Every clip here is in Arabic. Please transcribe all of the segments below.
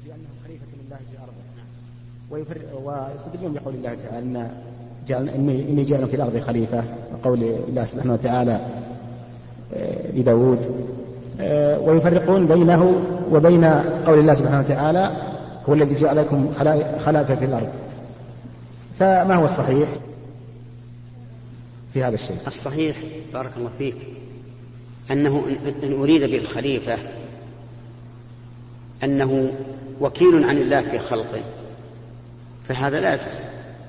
بأنه خليفة لله في أرضه، ويستدلون بقول الله تعالى إني جاء في الأرض خليفة، وقول الله سبحانه وتعالى لداود، ويفرقون بينه وبين قول الله سبحانه وتعالى هو الذي جاء لكم خلائف في الأرض. فما هو الصحيح في هذا الشيء؟ الصحيح بارك الله فيك أنه إن أريد بالخليفة أنه وكيل عن الله في خلقه فهذا لا يجوز،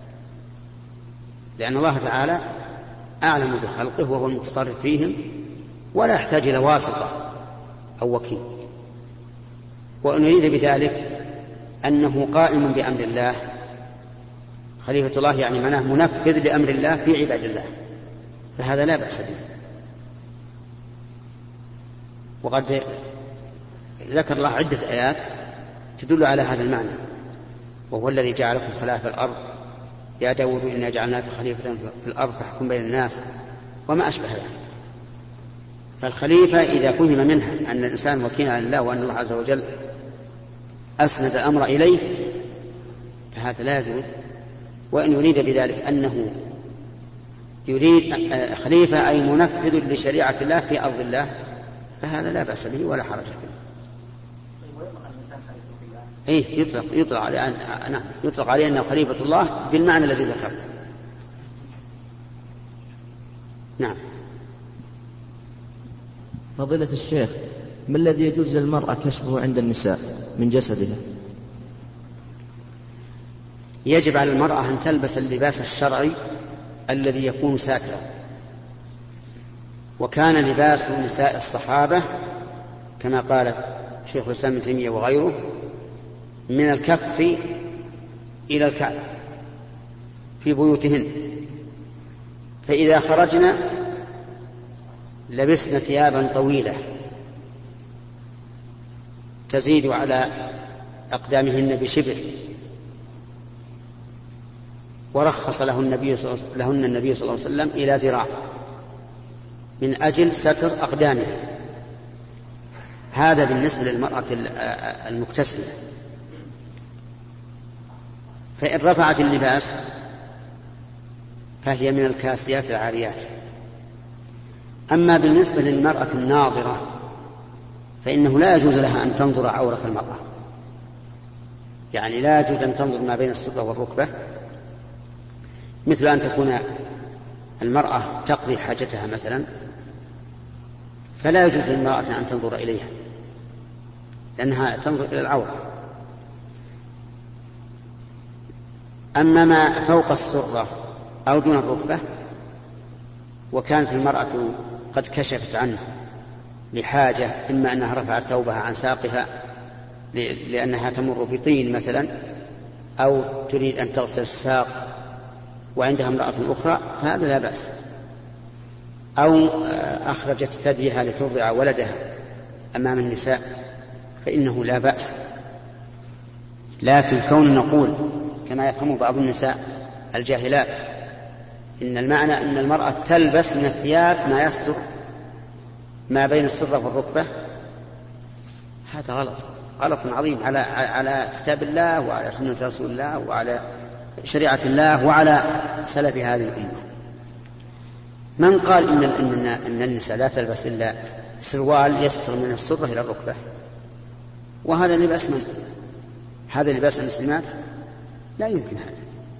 لأن الله تعالى أعلم بخلقه وهو المتصرف فيهم ولا يحتاج إلى واسطة أو وكيل. وأن يريد بذلك أنه قائم بأمر الله، خليفة الله يعني معناه منفذ لأمر الله في عباد الله، فهذا لا بأس به. وقد ذكر الله عدة آيات تدل على هذا المعنى، وهو الذي جعلكم خلائف الأرض يا داود إنا جعلناك خليفة في الأرض فاحكم بين الناس وما أشبه ذلك. فالخليفة إذا فهم منها أن الإنسان وكيل عن الله وأن الله عز وجل أسند الأمر إليه فهذا لا يجوز. وإن يريد بذلك أنه يريد خليفة أي منفذ لشريعة الله في أرض الله فهذا لا بأس به ولا حرج فيه. يطلق عليه أنه خليفة الله بالمعنى الذي ذكرت. نعم. فضيلة الشيخ، ما الذي يجوز للمرأة كشفه عند النساء من جسدها؟ يجب على المرأة أن تلبس اللباس الشرعي الذي يكون ساترا، وكان لباس نساء الصحابة كما قال شيخ الإسلام ابن تيمية وغيره من الكف إلى الكعب في بيوتهن، فإذا خرجنا لبسنا ثيابا طويلة تزيد على أقدامهن بشبر، ورخص لهن النبي صلى الله عليه وسلم إلى ذراع من أجل ستر أقدامها. هذا بالنسبة للمرأة المكتسبة. فإن رفعت اللباس فهي من الكاسيات العاريات. أما بالنسبة للمرأة الناظرة فإنه لا يجوز لها أن تنظر عورة المرأة، يعني لا يجوز أن تنظر ما بين السرة والركبة، مثل أن تكون المرأة تقضي حاجتها مثلا فلا يجوز للمرأة أن تنظر إليها لأنها تنظر إلى العورة. أما ما فوق السرة أو دون الركبة وكانت المرأة قد كشفت عنه لحاجة، إما أنها رفعت ثوبها عن ساقها لأنها تمر بطين مثلا، أو تريد أن تغسل الساق وعندها امرأة أخرى فهذا لا بأس، أو أخرجت ثديها لترضع ولدها أمام النساء فإنه لا بأس. لكن كون نقول كما يفهم بعض النساء الجاهلات إن المعنى أن المرأة تلبس من الثياب ما يستر ما بين السرة والركبة، هذا غلط عظيم على كتاب الله وعلى سنة رسول الله وعلى شريعة الله وعلى سلف هذه الأمة. من قال إن النساء لا تلبس إلا سروال يستر من السرة إلى الركبة؟ وهذا لباس من؟ هذا لباس المسلمات؟ لا يمكن هذا.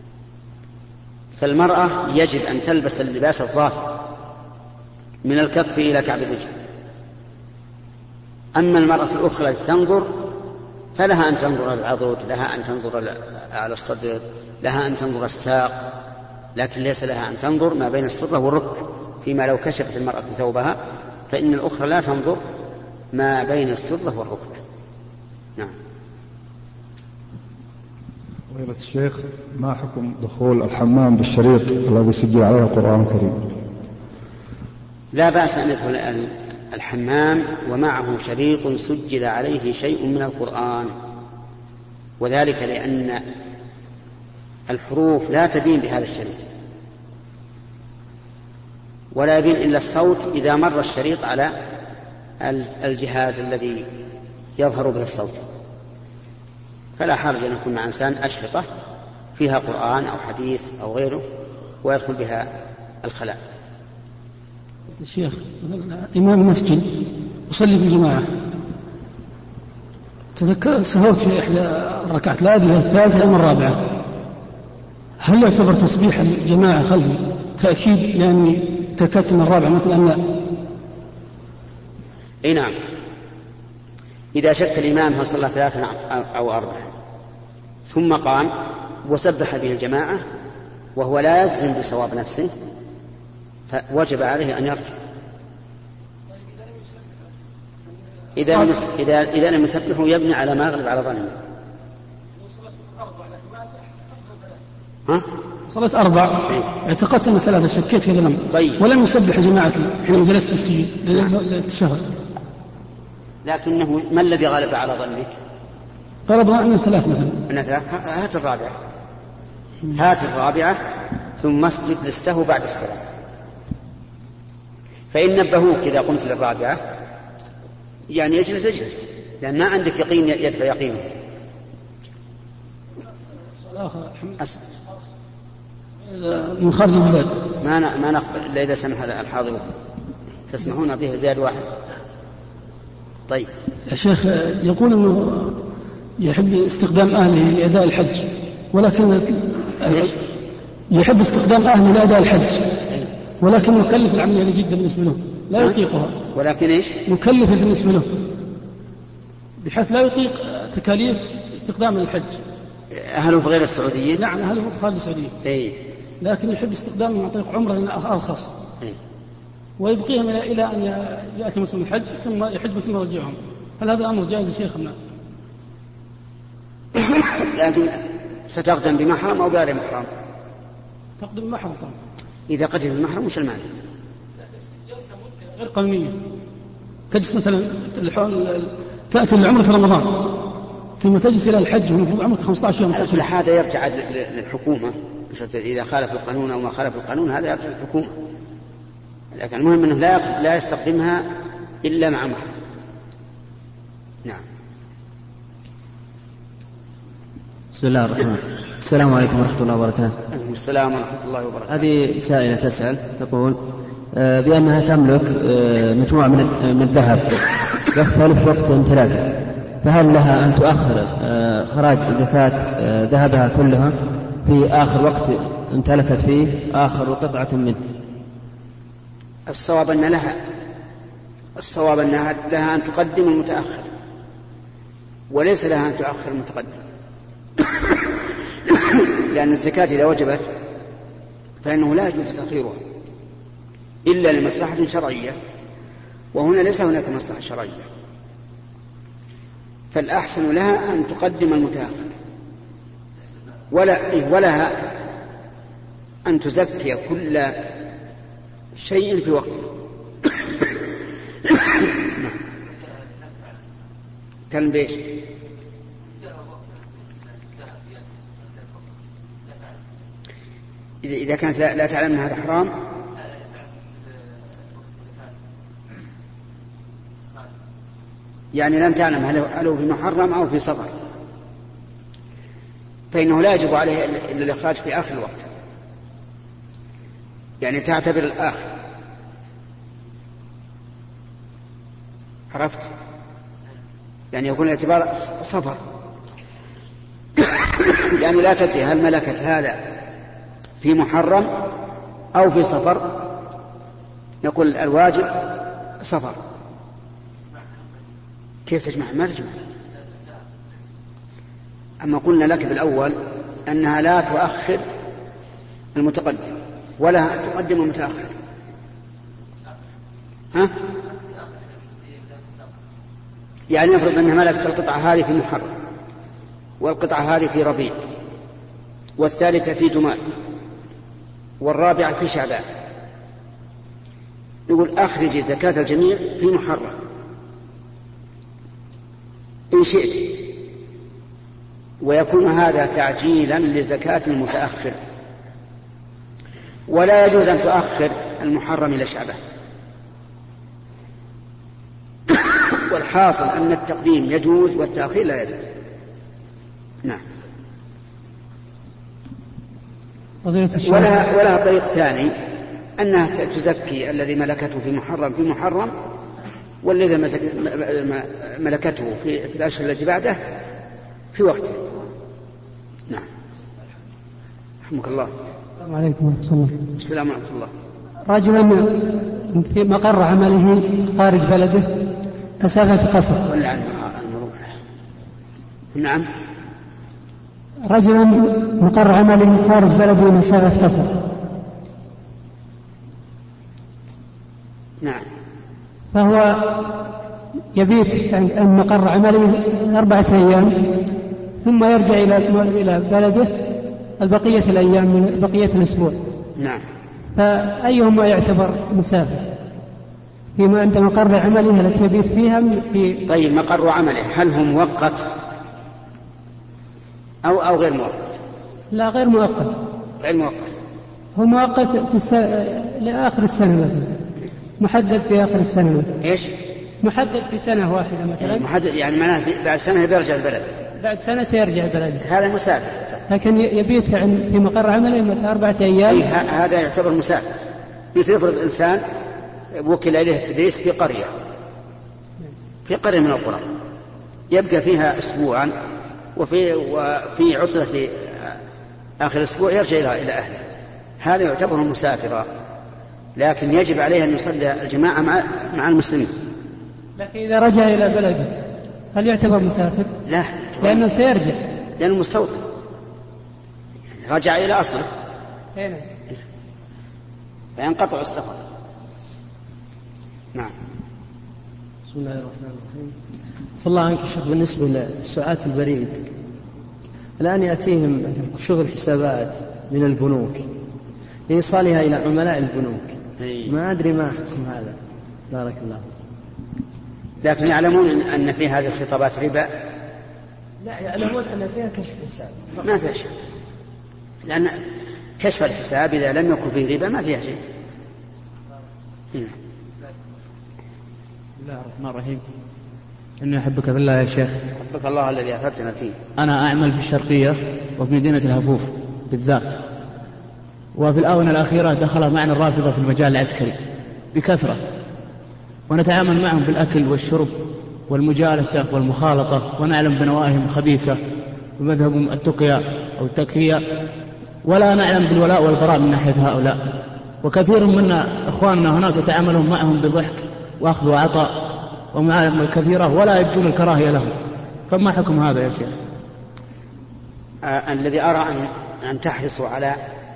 فالمرأة يجب أن تلبس اللباس الظاهر من الكف إلى كعب الرجل. أما المرأة الأخرى التي تنظر فلها أن تنظر العضد، لها أن تنظر على الصدر، لها أن تنظر الساق، لكن ليس لها أن تنظر ما بين السرة والركب، فيما لو كشفت المرأة ثوبها فإن الأخرى لا تنظر ما بين السرة والركبة. نعم. فضيلة الشيخ، ما حكم دخول الحمام بالشريط الذي سجل عليه القرآن الكريم؟ لا بأس أن يدخل الحمام ومعه شريط سجل عليه شيء من القرآن، وذلك لأن الحروف لا تبين بهذا الشريط، ولا يبين إلا الصوت إذا مر الشريط على الجهاز الذي يظهر به الصوت. فلا حرج أن يكون مع إنسان أشرطة فيها قرآن أو حديث أو غيره ويدخل بها الخلاء. الشيخ إمام المسجد يصلي في الجماعة، تذكر سهوت في إحدى الركعات، لا أدري الثالثة أم الرابعة، هل يعتبر تسبيح الجماعة خلفي تأكيد يعني تكت من الرابعة مثلا أم لا؟ أي نعم، إذا شك الإمام هل صلى 3 أو 4 ثم قام وسبح به الجماعة وهو لا يجزم بصواب نفسه فوجب عليه أن يرجع. إذا لم يسبحه يبني على ما يغلب على ظنه. صلاة 4 اعتقدت أن 3 شكيت في هذا الأمر. طيب. ولم يسبح جماعة حين جلست السجود للتشهد، لكنه ما الذي غلب على ظنك؟ فرضنا أن 3 مثلا. أن 3. هات الرابعة ثم اسجد للسهو بعد السلام. فإن نبهوك إذا قمت للرابعة يعني اجلس لأن ما عندك يقين يدفع يقينه. من خارج البلاد ما نقبل إلا إذا سمح الحاضرون. تسمحون به زاد 1. طيب يا شيخ، يقول أنه يحب استخدام أهله لأداء الحج، ولكن يحب استخدام أهله لأداء الحج، ولكن مكلف العملية جدا بالنسبة له لا يطيقها. ولكن إيش؟ مكلف بالنسبة له بحيث لا يطيق تكاليف استخدام الحج. أهله في غير السعودية؟ نعم أهله في خارج السعودية. لكن يحب استخدامهم عن طريق عمرة أرخص. ويبقيهم إلى أن يأتي موسم الحج ثم يحج ثم يرجعهم. هل هذا أمر جائز يا شيخنا؟ لكن ستقدم بمحرم أو بغير محرم؟ تقدم بمحرم طبعا. إذا قدم بمحرم وش المعنى؟ غير قانونية. تجلس مثلا تأتي العمرة في رمضان ثم تجلس إلى الحج ومفروض عمرة 15 يوم. هذا يرجع للحكومة، إذا خالف القانون أو ما خالف القانون هذا يرجع للحكومة. لكن المهم أنه لا يستقدمها إلا مع محرم. نعم. بسم الله الرحمن الرحيم. السلام عليكم ورحمة الله وبركاته. عليكم السلام ورحمة الله وبركاته. هذه سائلة تسأل تقول بأنها تملك مجموعة من الذهب يختلف وقت امتلاكها، فهل لها أن تؤخر خراج زكاة ذهبها كلها في آخر وقت امتلكت فيه آخر قطعة منه؟ الصواب أنها لها أن تقدم المتأخر، وليس لها أن تؤخر المتقدم. لأن الزكاة إذا وجبت فإنه لا يجوز تأخيرها إلا لمصلحة شرعية، وهنا ليس هناك مصلحة شرعية، فالأحسن لها أن تقدم المتأخر، ولها أن تزكي كل شيء في وقته. تنبيش إذا كانت لا تعلم أن هذا حرام يعني لم تعلم هل هو في محرم أو في صفر، فإنه لا يجب عليه إلا الإخراج في آخر الوقت، يعني تعتبر الآخر. عرفت؟ يعني يكون الاعتبار صفر، يعني لا تدري هل ملكت هذا في محرم أو في صفر، نقول الواجب صفر. كيف تجمع؟ ما تجمع. أما قلنا لك بالأول أنها لا تؤخر المتقدم ولا تقدم المتأخر. يعني نفرض أنها ملكت القطعة هذه في محرم، والقطعة هذه في ربيع، والثالثة في جماد، والرابعة في شعبان، نقول أخرج زكاة الجميع في محرم إن شئت، ويكون هذا تعجيلا لزكاة المتأخر، ولا يجوز أن تؤخر المحرم إلى شعبان. والحاصل أن التقديم يجوز والتأخير لا يجوز. ولها طريق ثاني، أنها تزكي الذي ملكته في محرم والذي ملكته في الأشهر التي بعده في وقته. نعم. رحمك الله. السلام عليكم ورحمة الله. السلام ورحمة الله. رجل في مقر عمله خارج بلده مسافة قصر. ولا عن المروءة. نعم. رجل مقر عمله خارج بلده مسافة قصر. نعم. فهو يبيت عن مقر عمله 4 أيام ثم يرجع إلى بلده البقية الأيام من بقية الأسبوع. نعم. فأيهما يعتبر مسافر فيما عند مقر عمله التي يبيت فيها طيب، مقر عمله هل هو مؤقت أو غير مؤقت؟ لا، غير مؤقت. غير مؤقت. هو مؤقت لآخر السنة مثلا، محدد في آخر السنة مثلا. إيش؟ محدد في سنة واحدة مثلا. محدد يعني معناه بعد سنة بيرجع البلد. بعد سنة سيرجع البلد. هذا مسافر. لكن يبيت في مقر عمله مثلا 4 أيام. هذا يعتبر مسافر. يفرض إنسان وكل إليه التدريس في قرية من القرى، يبقى فيها أسبوعا وفي عطلة آخر أسبوع يرجع إلى أهله، هذا يعتبر مسافرا، لكن يجب عليه أن يصلي الجماعة مع المسلمين. لكن إذا رجع إلى بلده هل يعتبر مسافر؟ لا، لأنه سيرجع، لأنه مستوطن، رجع إلى أصله فينقطع السفر. نعم. بسم الله الرحمن الرحيم. فالله عنك شيخ، بالنسبة لساعات البريد الآن يأتيهم شغل حسابات من البنوك لإيصالها إلى عملاء البنوك. ما أدري ما حكم هذا. بارك الله. لكن يعلمون أن في هذه الخطابات ربا؟ لا، يعلمون أن فيها كشف حساب. ما فيها شيء، لأن كشف الحساب إذا لم يكن فيه ربا ما فيها شيء. بسم الله الرحمن الرحيم. إني أحبك في الله يا شيخ. أحبك الله الذي أحببتنا فيه. أنا أعمل في الشرقية وفي مدينة الهفوف بالذات، وفي الآونة الأخيرة دخل معنا الرافضة في المجال العسكري بكثرة، ونتعامل معهم بالأكل والشرب والمجالسة والمخالطة، ونعلم بنواهم خبيثة ومذهبهم التقية أو التقية، ولا نعلم بالولاء والبراء من ناحية هؤلاء. وكثير من إخواننا هناك يتعاملون معهم بضحك وأخذ وعطاء ومعامل كثيرة ولا يبدون الكراهية لهم. فما حكم هذا يا شيخ؟ الذي أرى أن تحرصوا على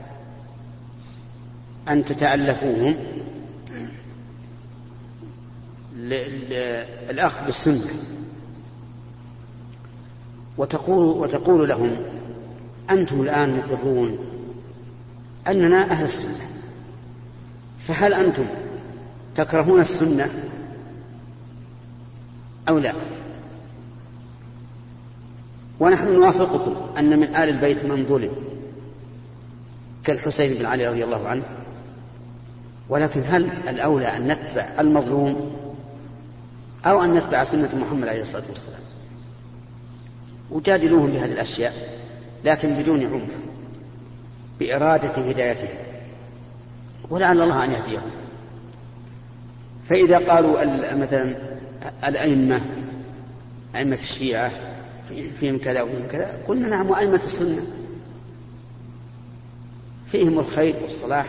أن تتألفوهم الأخذ بالسنة، وتقول لهم أنتم الآن مقرون أننا أهل السنة، فهل أنتم تكرهون السنة أو لا؟ ونحن نوافقكم أن من آل البيت من ظلم كالحسين بن علي رضي الله عنه، ولكن هل الأولى أن نتبع المظلوم أو أن نتبع سنة محمد عليه الصلاة والسلام؟ وجادلوهم بهذه الأشياء لكن بدون عنف، بإرادة هدايتهم، ولعل الله أن يهديهم. فإذا قالوا مثلا الأئمة أئمة الشيعة فيهم كذا وفيهم كذا، قلنا نعم، وأئمة السنة فيهم الخير والصلاح،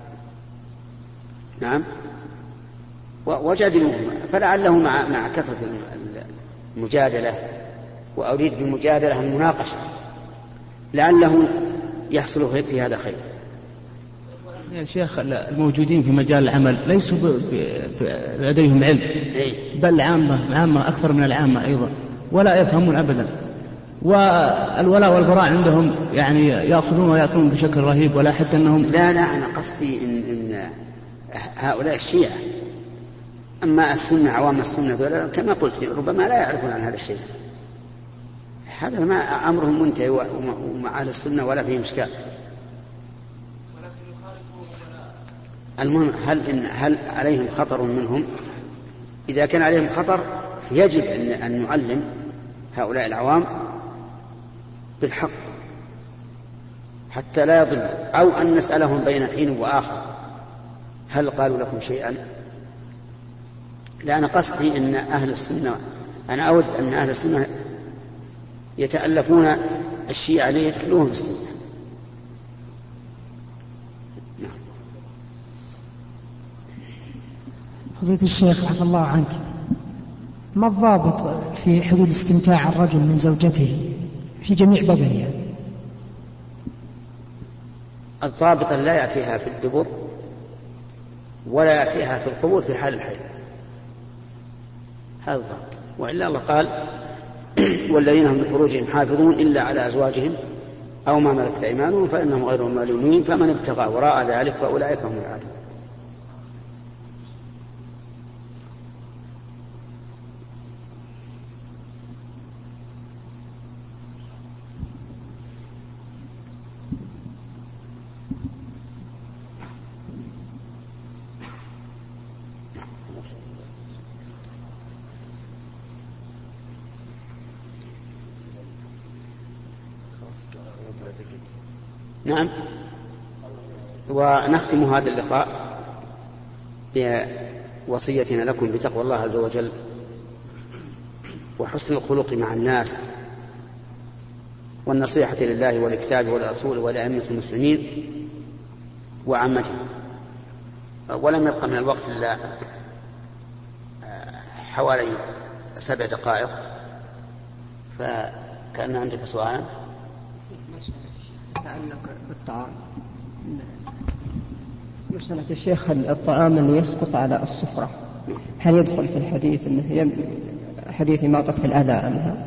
نعم، وجادلوهم. فلعله مع كثرة المجادلة، وأريد بالمجادلة المناقشة، لعله يحصل في هذا خير. يا شيخ، الموجودين في مجال العمل ليسوا لديهم علم، بل عامة أكثر من العامة أيضا، ولا يفهمون أبدا، والولاء والبراء عندهم يعني يأخذون ويعطون بشكل رهيب، ولا حتى أنهم لا أنا قصدي إن هؤلاء الشيعة، أما السنة عوام السنة كما قلت ربما لا يعرفون عن هذا الشيء، هذا ما أمرهم منتهي ومع أهل السنة ولا فيه مشكلة. المهم هل عليهم خطر منهم؟ إذا كان عليهم خطر فيجب أن نعلم هؤلاء العوام بالحق حتى لا يضل، أو أن نسألهم بين حين وآخر هل قالوا لكم شيئا. لا، أنا قصدي أن أهل السنة، أنا أود أن أهل السنة يتألفون الشيعة ليدخلوهم في السنة. فضيلة الشيخ عفى الله عنك، ما الضابط في حدود استمتاع الرجل من زوجته في جميع بدنها؟ الضابط لا يأتيها في الدبر ولا يأتيها في القبور في حال الحيض، هذا الضابط. وإلا الله قال والذين هم لفروجهم حافظون إلا على أزواجهم أو ما ملكت أيمانهم فإنهم غير ملومين فمن ابتغى وراء ذلك فأولئك هم العادون. نعم. ونختم هذا اللقاء بوصيتنا لكم بتقوى الله عز وجل وحسن الخلق مع الناس والنصيحة لله والكتاب والرسول والأئمة المسلمين وعامتهم. ولم يبقى من الوقت إلا حوالي 7 دقائق، فكان عندك سؤال تتعلق بالطعام. مسألة الشيخ الطعام اللي يسقط على السفرة هل يدخل في الحديث أنه حديث إماطة الأذى عنها؟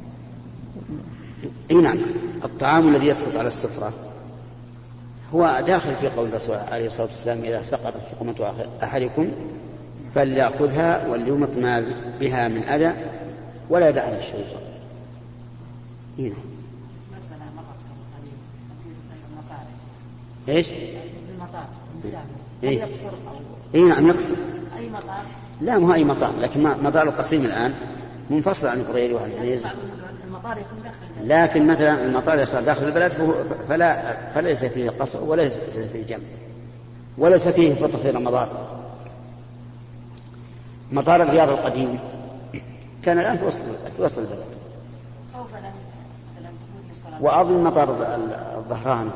نعم، الطعام الذي يسقط على السفرة هو داخل في قول الرسول عليه الصلاة والسلام إذا سقطت لقمة أحدكم فليأخذها وليمط ما بها من أذى ولا يدعها الشيطان. هنا ايش؟ المطار انسان يقصر اي نعم يقصر اي مطار، لا مو اي مطار، لكن مطار القصيم الان منفصل عن القريري وعن الحجاز، المطار يكون داخل، لكن مثلا المطار يصير داخل البلد فليس فيه قصر وليس فيه جمع وليس فيه فطر في رمضان. مطار الرياض القديم كان الان في وسط البلد، واظن مطار الظهران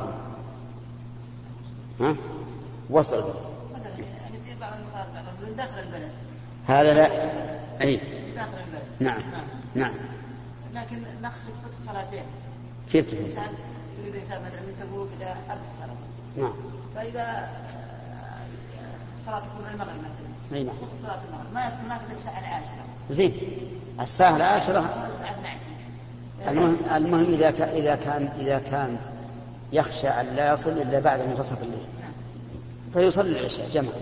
وسط البلد يعني في بعض المطارات داخل البلد، هذا لا اي داخل البلد. نعم نعم. لكن نقصد في الصلاتين كيف تفهم؟ الانسان يريد الانسان مثلا من تبوك الى 4 صلاه، نعم، فاذا صلاه تكون المغرب مثلا، اي نعم، صلاه المغرب ما يصل ناخذ الساعه 10 زين، الساعه 10 الساعه 12. المهم اذا كان يخشى ان لا يصل الا بعد منتصف الليل فيصلي العشاء جمعا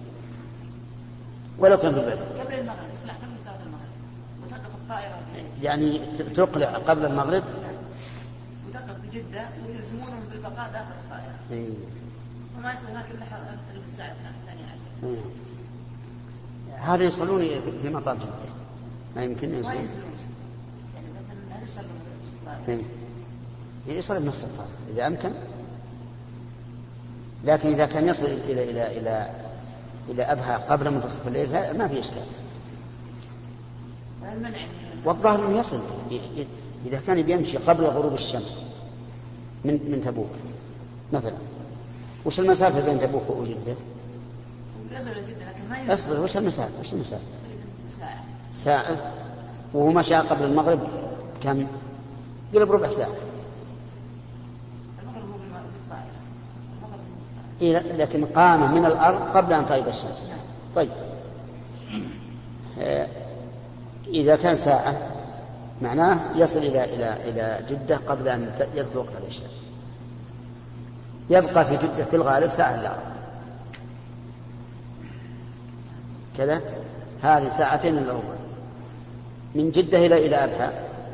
ولو كان في البلد قبل المغرب، لا قبل صلاه المغرب، وتقف الطائره يعني تقلع قبل المغرب وتقف بجده ويلزمونهم بالبقاء داخل الطائره. فما يصير هناك الا تقريبا الساعه 12. هذا يصلون في مطار جده، ما يمكن ما يصلون ينزلون يعني مثلا هل يصلون في الطائره؟ يصل بنفس الطائرة إذا أمكن، لكن إذا كان يصل إلى أبها قبل منتصف الليل ما في إشكال. والظاهر أنه يصل إذا كان بيمشي قبل غروب الشمس من تبوك مثلا. وش المسافة بين تبوك وجدة؟ أصبر، وش المسافة؟ ساعة. وهو مشى قبل المغرب كم؟ قرب ربع ساعة. لكن قام من الأرض قبل أن تغيب الشمس. طيب إذا كان ساعة معناه يصل إلى جدة قبل أن يدخل وقت العشاء، يبقى في جدة في الغالب ساعة إلا ربع كذا، هذه 2 ساعتين إلا ربع من جدة إلى أبها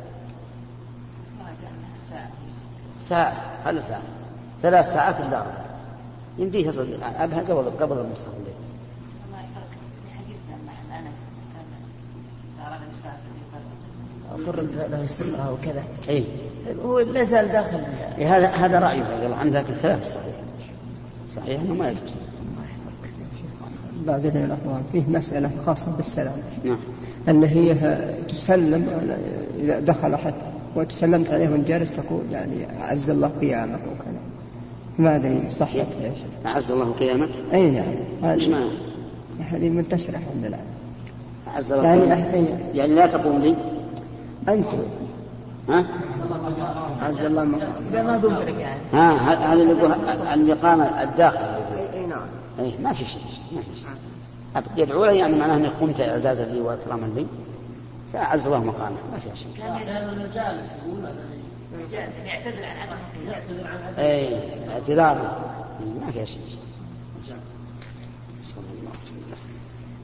ساعة، هل ساعة 3 ساعات إلا ربع يمديه يصل الآن أبها قبل المنتصف الليل. قرمت له السفرة وكذا. إيه؟ هو لا زال داخل. هذا رأيه قال عن ذاك الثلاث صحيح أنه ما يجوز. بعد ذلك الأخوان فيه مسألة خاصة بالسلام. نعم. أن هي تسلم إذا دخل أحد وتسلمت عليه وأنت جالس تقول يعني أعز الله قيامك وكذا. ما أدري صحت يا شيخ. أعز الله قيامك. أي نعم. إيش معنى؟ هذه منتشرة الحمد لله. أعز الله يعني لا تقوم لي أنت. ها؟ عز الله ما دمت لك يعني. هذا اللي يقول الإقامة الداخل. أي نعم. أي ما في شيء. يدعو له يعني معناه أن قمت إعزازا لي وإكراما لي فأعز الله مقامه ما فيها شيء. كان هذا المجالس يقول المجالس يعتذر عن عدم. أي اعتذار ما فيها شيء. صلى الله عليه وسلم.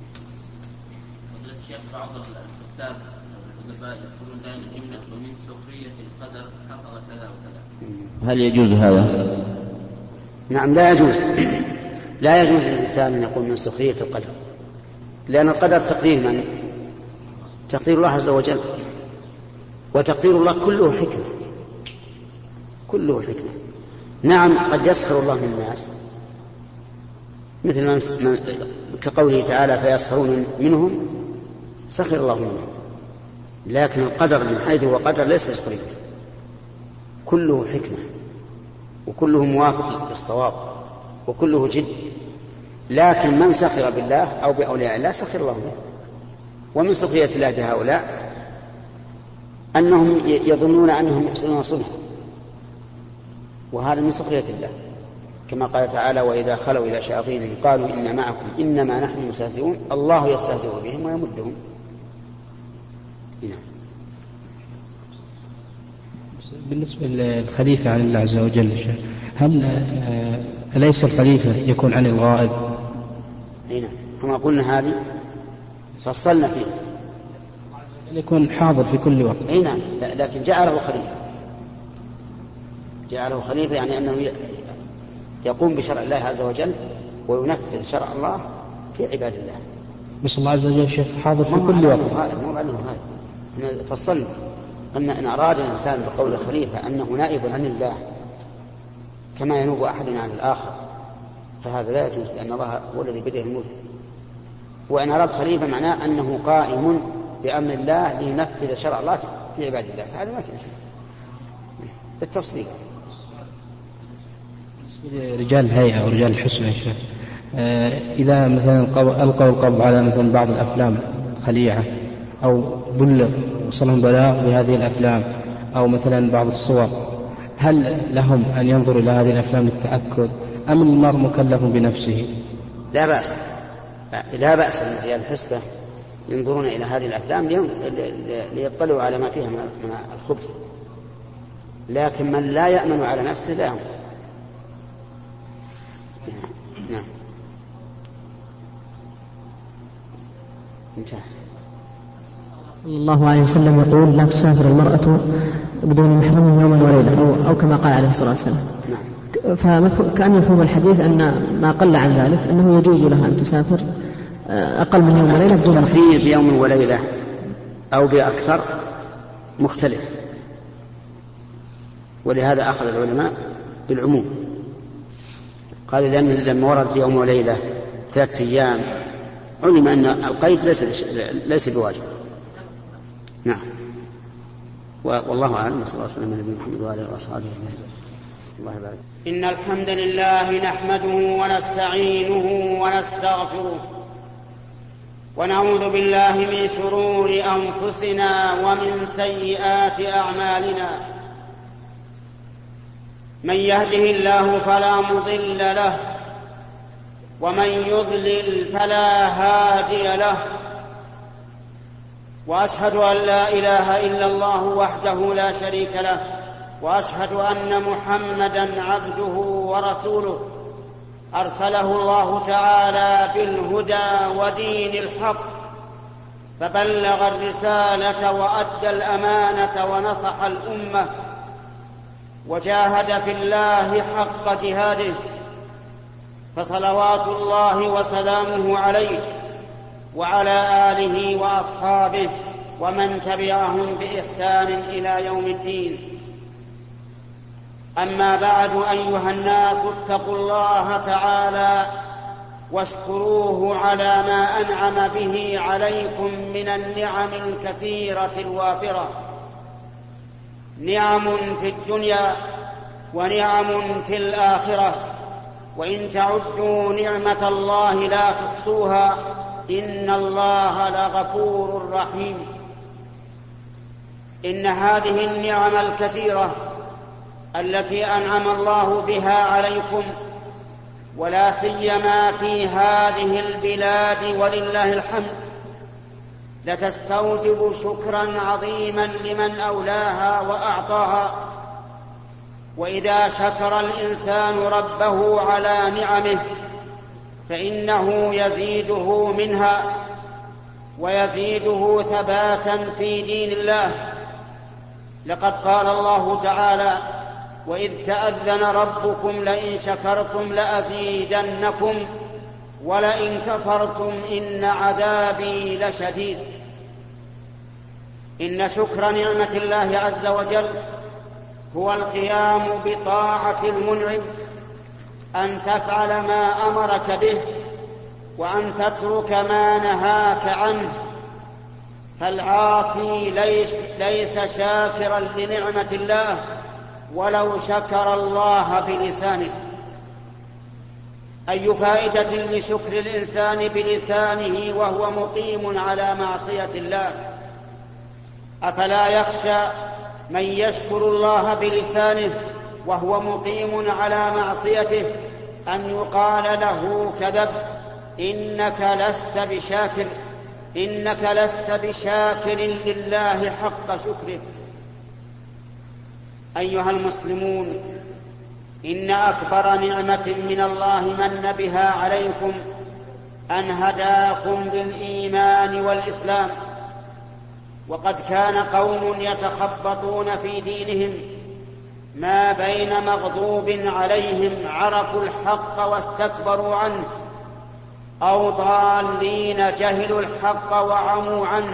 الشيخ بعض الكتاب الأدباء يقولون دائما إن ومن سخرية القدر حصل كذا وكذا. هل يجوز هذا؟ نعم لا يجوز. لا يجوز للإنسان أن يقول من سخرية القدر، لأن القدر تقدير من؟ تقدير الله عز وجل، وتقدير الله كله حكمة، كله حكمة. نعم قد يسخر الله من الناس مثل كقوله تعالى فيسخرون منهم سخر الله منهم، لكن القدر من حيث هو قدر ليس سخرية، كله حكمة وكله موافق للصواب وكله جد. لكن من سخر بالله أو بأولياء الله سخر الله منه. ومن سخرية الله بهؤلاء أنهم يظنون أنهم يحسنون صنعا، وهذا من سخرية الله، كما قال تعالى وإذا خلوا إلى شياطينهم قالوا إن معكم إنما نحن مستهزئون الله يستهزئ بهم ويمدهم. بالنسبة للخليفة عن الله عز وجل، هل أليس الخليفة يكون عن الغائب؟ نعم كما قلنا هذه فصلنا فيه يكون حاضر في كل وقت. نعم لكن جعله خليفة، جعله خليفة يعني أنه يقوم بشرع الله عز وجل وينفذ شرع الله في عباد الله. بس الله عز وجل شيخ حاضر في كل وقت. مو عنه هذا فصلنا قلنا إن أراد الإنسان بقول الخليفة أنه نائب عن الله كما ينوب أحدنا عن الآخر فهذا لا يجوز، لأن الله هو الذي بيده الملك. وإن أراد خليفة معناه أنه قائم بأمر الله لينفذ شرع الله في عباد الله، فهذا ما في شيء بالتفصيل. رجال الهيئة أو رجال الحسن يا شيخ، إذا مثلا ألقوا القبض على مثلا بعض الأفلام خليعة أو بلغ وصلهم بلاغ بهذه الأفلام أو مثلا بعض الصور، هل لهم أن ينظروا إلى هذه الأفلام للتأكد أم المرء مكلف بنفسه؟ لا بأس، لا بأس أن رجال الحسبة ينظرون إلى هذه الأفلام ليطلعوا على ما فيها من الخبث، لكن من لا يأمن على نفسه لا يأمن. نعم انتهى. صلى الله عليه وسلم يقول لا تسافر المرأة بدون محرم يوما وليلة أو كما قال عليه الصلاة والسلام. فكأن يفهم الحديث أن ما قل عن ذلك أنه يجوز لها أن تسافر أقل من يوم وليلة بدون محرم. تقدير بيوم وليلة أو بأكثر مختلف، ولهذا أخذ العلماء بالعموم، قال لأن لما ورد يوم وليلة 3 أيام علم أن القيد ليس بواجب. نعم والله أعلم. صلى الله عليه وسلم نبينا محمد وآله وأصحابه الله يبارك. إن الحمد لله نحمده ونستعينه ونستغفره ونعوذ بالله من شرور أنفسنا ومن سيئات أعمالنا. من يهده الله فلا مضل له ومن يضلل فلا هادي له، وأشهد أن لا إله إلا الله وحده لا شريك له، وأشهد أن محمدا عبده ورسوله أرسله الله تعالى بالهدى ودين الحق فبلغ الرسالة وأدى الأمانة ونصح الأمة وجاهد في الله حق جهاده، فصلوات الله وسلامه عليه وعلى آله وأصحابه ومن تبعهم بإحسان إلى يوم الدين. أما بعد، أيها الناس، اتقوا الله تعالى واشكروه على ما أنعم به عليكم من النعم الكثيرة الوافرة، نعم في الدنيا ونعم في الآخرة، وإن تعدوا نعمة الله لا تحصوها، إن الله لغفور رحيم. إن هذه النعم الكثيرة التي أنعم الله بها عليكم، ولا سيما في هذه البلاد ولله الحمد، لتستوجب شكرا عظيما لمن أولاها وأعطاها. وإذا شكر الإنسان ربه على نعمه فإنه يزيده منها ويزيده ثباتا في دين الله. لقد قال الله تعالى: وإذ تأذن ربكم لئن شكرتم لأزيدنكم ولئن كفرتم إن عذابي لشديد. إن شكر نعمة الله عز وجل هو القيام بطاعة المنعم، أن تفعل ما أمرك به وأن تترك ما نهاك عنه. فالعاصي ليس شاكرا لنعمة الله ولو شكر الله بلسانه. أي فائدة لشكر الإنسان بلسانه وهو مقيم على معصية الله؟ أفلا يخشى من يشكر الله بلسانه وهو مقيم على معصيته أن يقال له: كذبت، إنك لست بشاكر لله حق شكره. أيها المسلمون، إن أكبر نعمة من الله من بها عليكم أن هداكم للإيمان والإسلام. وقد كان قوم يتخبطون في دينهم ما بين مغضوب عليهم عرفوا الحق واستكبروا عنه، أو ضالين جهلوا الحق وعموا عنه.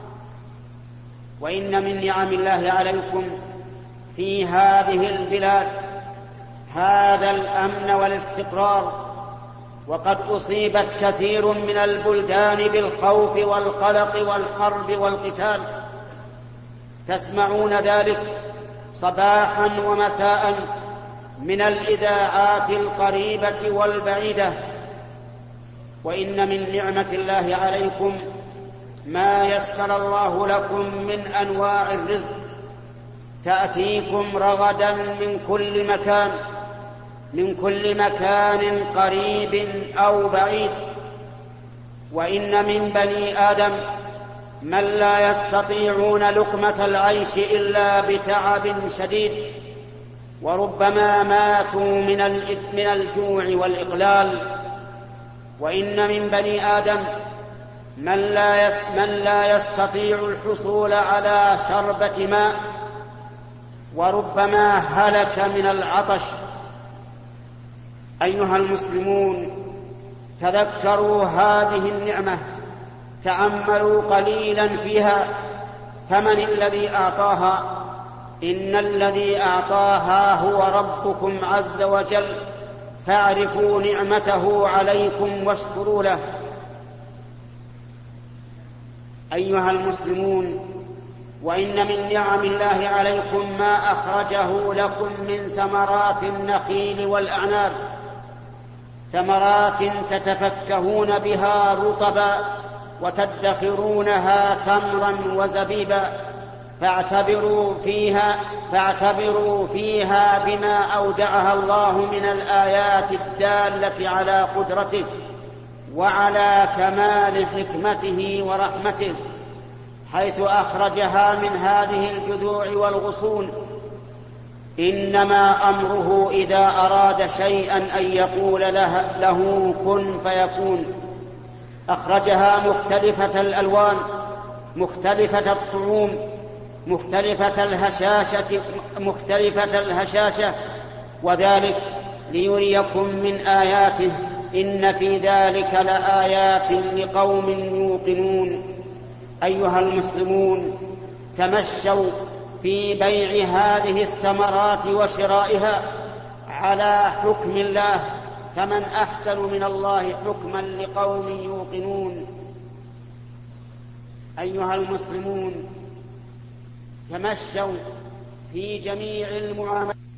وإن من نعم الله عليكم في هذه البلاد هذا الأمن والاستقرار. وقد أصيبت كثير من البلدان بالخوف والقلق والحرب والقتال، تسمعون ذلك صباحا ومساء من الإذاعات القريبة والبعيدة. وإن من نعمة الله عليكم ما يسر الله لكم من أنواع الرزق تأتيكم رغدا من كل مكان قريب أو بعيد. وإن من بني آدم من لا يستطيعون لقمة العيش إلا بتعب شديد، وربما ماتوا من الجوع والإقلال. وإن من بني آدم من لا يستطيع الحصول على شربة ماء، وربما هلك من العطش. أيها المسلمون، تذكروا هذه النعمة، تأملوا قليلا فيها، فمن الذي أعطاها؟ إن الذي أعطاها هو ربكم عز وجل، فاعرفوا نعمته عليكم واشكروا له. أيها المسلمون، وإن من نعم الله عليكم ما أخرجه لكم من ثمرات النخيل والأعناب، ثمرات تتفكهون بها رطبا وتدخرونها تمرا وزبيبا، فاعتبروا فيها بما أودعها الله من الآيات الدالة على قدرته وعلى كمال حكمته ورحمته، حيث أخرجها من هذه الجذوع والغصون. إنما أمره إذا أراد شيئا أن يقول له كن فيكون. أخرجها مختلفة الألوان، مختلفة الطعوم، مختلفة الهشاشة، وذلك ليريكم من أيها المسلمون، تمشوا في بيع هذه الثمرات وشرائها على حكم الله، فمن أحسن من الله حكما لقوم يوقنون. أيها المسلمون، تمشوا في جميع المعاملات